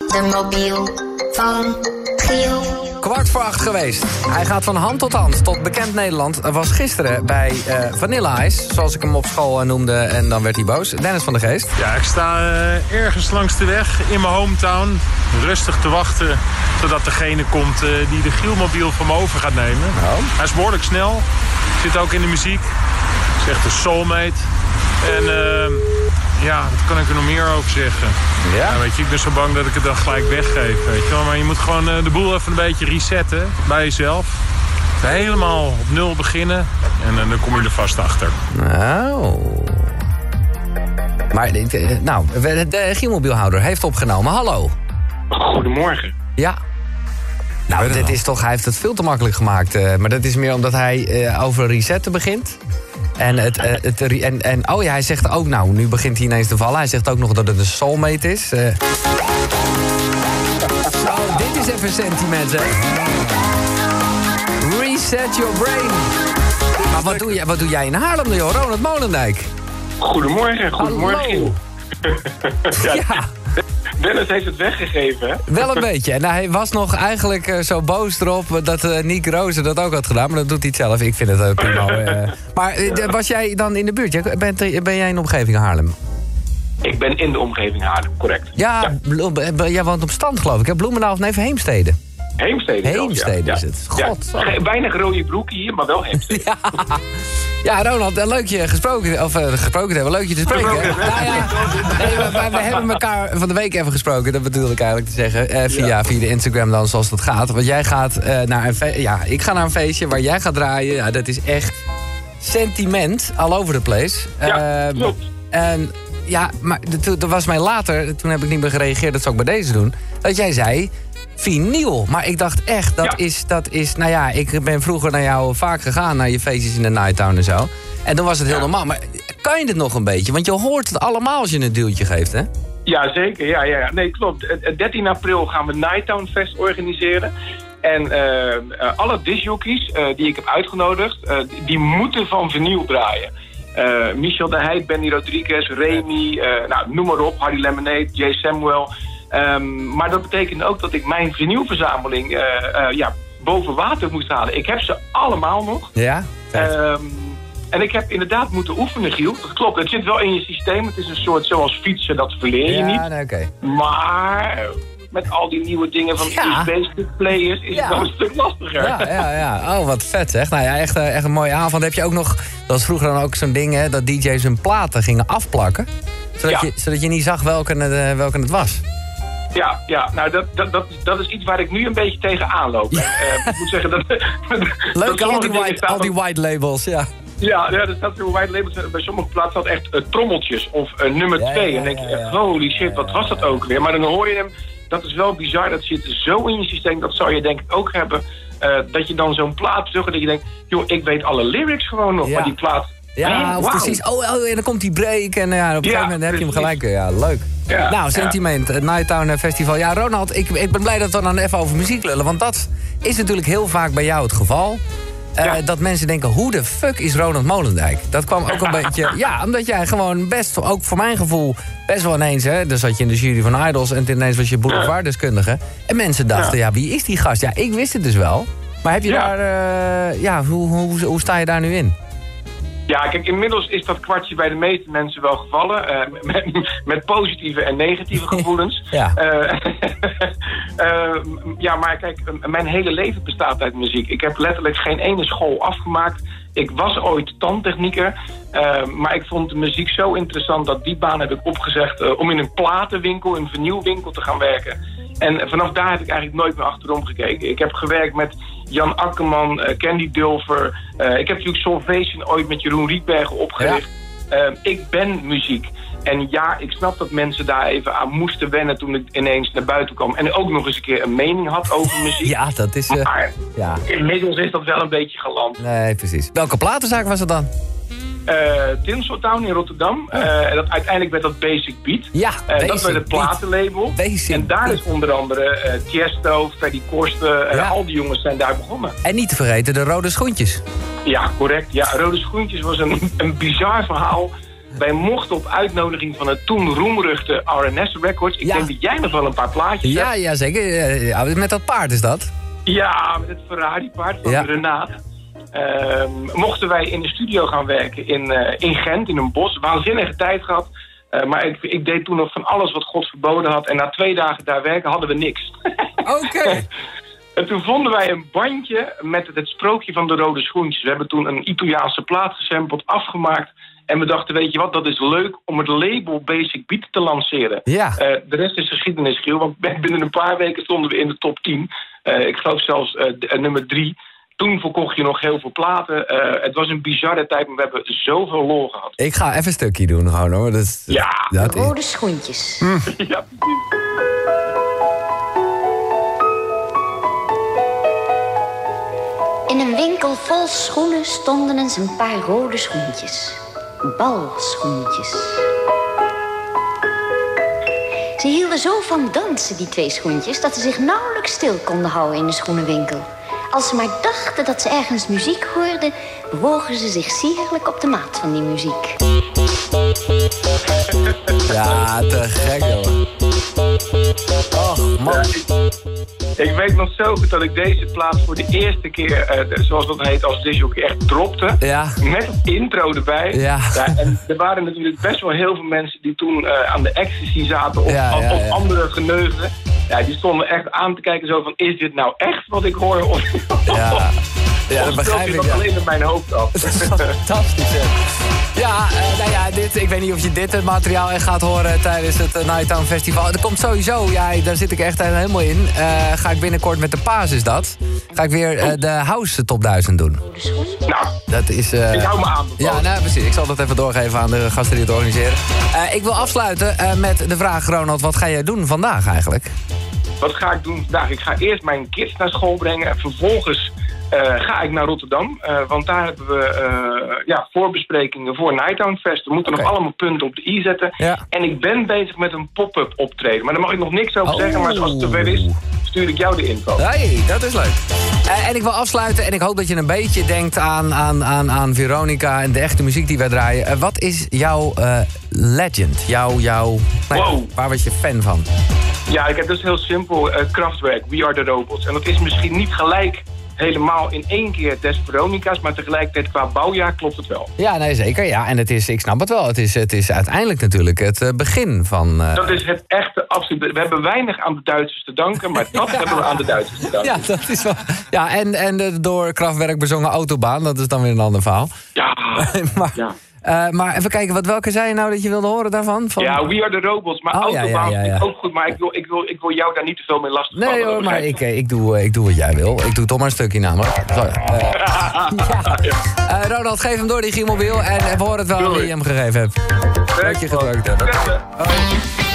de mobiel van Giel. 7:15 geweest. Hij gaat van hand tot hand tot bekend Nederland. Was gisteren bij Vanilla Ice, zoals ik hem op school noemde. En dan werd hij boos. Dennis van der Geest. Ja, ik sta ergens langs de weg in mijn hometown. Rustig te wachten zodat degene komt die de Gielmobiel van me over gaat nemen. Oh. Hij is behoorlijk snel. Zit ook in de muziek. Is echt een soulmate. En ja, wat kan ik er nog meer over zeggen? Ja, weet je, ik ben zo bang dat ik het dan gelijk weggeef. Weet je wel. Maar je moet gewoon de boel even een beetje resetten bij jezelf. Helemaal op nul beginnen. En dan kom je er vast achter. Nou. Maar de Gielmobielhouder heeft opgenomen. Hallo. Goedemorgen. Ja. Nou, dit is toch, hij heeft het veel te makkelijk gemaakt. Maar dat is meer omdat hij over resetten begint. En hij zegt ook, nou, nu begint hij ineens te vallen. Hij zegt ook nog dat het een soulmate is. Zo, dit is even sentiment, hè. Reset your brain. Maar wat doe jij in Haarlem, joh? Ronald Molendijk. Goedemorgen. Hallo. Ja. Dennis heeft het weggegeven, hè? Wel een beetje. En hij was nog eigenlijk zo boos erop dat Nick Rozen dat ook had gedaan. Maar dat doet hij het zelf. Ik vind het prima. Maar was jij dan in de buurt? Ben jij in de omgeving Haarlem? Ik ben in de omgeving Haarlem, correct. Ja. Jij woont op Stand, geloof ik. Hè? Bloemendaal of even Heemstede? Heemstede is het. God. Ja. Weinig rode broek hier, maar wel Heemstede. Ja, Ronald, leuk je gesproken te hebben. Leuk je te spreken. We hebben elkaar van de week even gesproken. Dat bedoel ik eigenlijk te zeggen. Via de Instagram dan, zoals dat gaat. Want jij gaat naar een feestje. Ja, ik ga naar een feestje waar jij gaat draaien. Ja, dat is echt sentiment all over the place. Ja, klopt. En ja, maar dat was mij later, toen heb ik niet meer gereageerd, dat zou ik bij deze doen, dat jij zei vinyl. Maar ik dacht echt, dat is... Nou ja, ik ben vroeger naar jou vaak gegaan, naar je feestjes in de Nighttown en zo. En dan was het heel normaal. Maar kan je dit nog een beetje? Want je hoort het allemaal als je een duwtje geeft, hè? Ja, zeker. Ja. Nee, klopt. 13 april gaan we Nighttown Fest organiseren. En alle discjockeys die ik heb uitgenodigd, die moeten van vinyl draaien. Michel de Heij, Benny Rodriguez, Remy, noem maar op, Hardy Lemonade, Jay Samuel. Maar dat betekent ook dat ik mijn vinylverzameling boven water moest halen. Ik heb ze allemaal nog. Ja. En ik heb inderdaad moeten oefenen, Giel. Dat klopt, het zit wel in je systeem. Het is een soort zoals fietsen, dat verleer je niet. Ja, nee, oké. Maar met al die nieuwe dingen van USB-stick-players is het wel een stuk lastiger. Ja. Oh, wat vet, zeg. Nou ja, echt een mooie avond. Heb je ook nog, dat was vroeger dan ook zo'n ding, hè, dat DJ's hun platen gingen afplakken. Zodat je niet zag welke het was. Ja, nou dat is iets waar ik nu een beetje tegenaan loop. Ik moet zeggen dat... Leuk, al die white labels, ja. Ja, er staat weer white labels. Bij sommige plaatsen staat echt trommeltjes of nummer 2. En dan denk je, holy shit, wat was dat ook weer? Maar dan hoor je hem, dat is wel bizar, dat zit zo in je systeem. Dat zou je denk ik ook hebben, dat je dan zo'n plaat terug en dat je denkt, joh, ik weet alle lyrics gewoon nog, maar die plaat... Ja, precies. Oh, en dan komt die break en op een gegeven moment heb je hem gelijk. Ja, leuk. Ja, nou, sentiment, het Nighttown Festival. Ja, Ronald, ik ben blij dat we dan even over muziek lullen. Want dat is natuurlijk heel vaak bij jou het geval. Dat mensen denken, hoe de fuck is Ronald Molendijk? Dat kwam ook een beetje... Ja, omdat jij gewoon best, ook voor mijn gevoel, best wel ineens... Hè, dan zat je in de jury van Idols en ineens was je boulevarddeskundige. En mensen dachten, wie is die gast? Ja, ik wist het dus wel. Maar heb je daar... hoe sta je daar nu in? Ja, kijk, inmiddels is dat kwartje bij de meeste mensen wel gevallen. Met positieve en negatieve gevoelens. Maar kijk, mijn hele leven bestaat uit muziek. Ik heb letterlijk geen ene school afgemaakt. Ik was ooit tandtechnieker. Maar ik vond de muziek zo interessant dat die baan heb ik opgezegd... om in een platenwinkel, een vinylwinkel te gaan werken. En vanaf daar heb ik eigenlijk nooit meer achterom gekeken. Ik heb gewerkt met Jan Akkerman, Candy Dulfer. Ik heb natuurlijk Solvation ooit met Jeroen Rietbergen opgericht. Ja. Ik ben muziek. En ja, ik snap dat mensen daar even aan moesten wennen toen ik ineens naar buiten kwam. En ook nog eens een keer een mening had over muziek. Ja, dat is... Maar inmiddels is dat wel een beetje geland. Nee, precies. Welke platenzaak was het dan? Tinseltown in Rotterdam. Uiteindelijk werd dat Basic Beat. Ja, dat werd het platenlabel. En daar is onder andere Tiesto, Freddy Korsten, al die jongens zijn daar begonnen. En niet te vergeten de Rode Schoentjes. Ja, correct. Ja, Rode Schoentjes was een bizar verhaal. wij mochten op uitnodiging van het toen roemruchte R&S Records. Ik denk dat jij nog wel een paar plaatjes hebt. Ja, zeker. Ja, met dat paard is dat? Ja, met het Ferrari-paard van Renaat. Mochten wij in de studio gaan werken in Gent, in een bos. Waanzinnige tijd gehad. Maar ik deed toen nog van alles wat God verboden had. En na 2 dagen daar werken hadden we niks. Oké. En toen vonden wij een bandje met het sprookje van de rode schoentjes. We hebben toen een Italiaanse plaat gesampled, afgemaakt. En we dachten, weet je wat, dat is leuk om het label Basic Beat te lanceren. Ja. De rest is geschiedenis, Giel. Want binnen een paar weken stonden we in de top 10. Ik geloof zelfs nummer 3. Toen verkocht je nog heel veel platen. Het was een bizarre tijd, maar we hebben zoveel lol gehad. Ik ga even een stukje doen gewoon, hoor. De rode schoentjes. Ja. In een winkel vol schoenen stonden eens een paar rode schoentjes. Balschoentjes. Ze hielden zo van dansen, die 2 schoentjes, dat ze zich nauwelijks stil konden houden in de schoenenwinkel. Als ze maar dachten dat ze ergens muziek hoorden, bewogen ze zich sierlijk op de maat van die muziek. Ja, te gek, joh. Och, man. Ik weet nog zo goed dat ik deze plaat voor de eerste keer, zoals dat heet, als disjockey echt dropte. Ja. Met het intro erbij. Ja. En er waren natuurlijk best wel heel veel mensen die toen aan de ecstasy zaten of andere geneugden. Ja, die stonden echt aan te kijken zo van, is dit nou echt wat ik hoor? Ja, dat begrijp ik. Dat alleen in mijn hoofd af. Dat is fantastisch, hè. Ja, ik weet niet of je dit materiaal echt gaat horen tijdens het Nighttown Festival. Er komt sowieso, daar zit ik echt helemaal in. Ga ik binnenkort met de Paas is dat. Ga ik weer de House Top 1000 doen. Nou, dat is, ik hou me aan. Ja, precies. Ik zal dat even doorgeven aan de gasten die het organiseren. Ik wil afsluiten met de vraag, Ronald, wat ga jij doen vandaag eigenlijk? Wat ga ik doen vandaag? Ik ga eerst mijn kids naar school brengen. Vervolgens ga ik naar Rotterdam. Want daar hebben we voorbesprekingen voor Nighttown Fest. We moeten nog allemaal punten op de i zetten. Ja. En ik ben bezig met een pop-up optreden. Maar daar mag ik nog niks over zeggen. Maar als het zover is, stuur ik jou de info. Hey, dat is leuk. En ik wil afsluiten. En ik hoop dat je een beetje denkt aan Veronica en de echte muziek die wij draaien. Wat is jouw legend? Waar was je fan van? Ja, ik heb dus heel simpel. Kraftwerk, We Are The Robots. En dat is misschien niet gelijk helemaal in één keer des Veronica's, maar tegelijkertijd qua bouwjaar klopt het wel. Ja, nee, zeker. Ja, en ik snap het wel. Het is uiteindelijk natuurlijk het begin van... Dat is het echte absoluut. We hebben weinig aan de Duitsers te danken, maar dat hebben we aan de Duitsers te danken. Ja, dat is wel... Ja, en de door Kraftwerk bezongen Autobaan, dat is dan weer een ander verhaal. Ja, maar even kijken, welke zei je nou dat je wilde horen daarvan? Ja, We Are The Robots, maar Autobaan vind ik ook goed. Maar ik wil jou daar niet te veel mee lastig vallen. Nee hoor, maar ik doe wat jij wil. Ik doe toch maar een stukje namelijk. Ronald, geef hem door die G-mobiel. En we horen het wel wie je hem gegeven hebt. Dank je gedrukt hebt.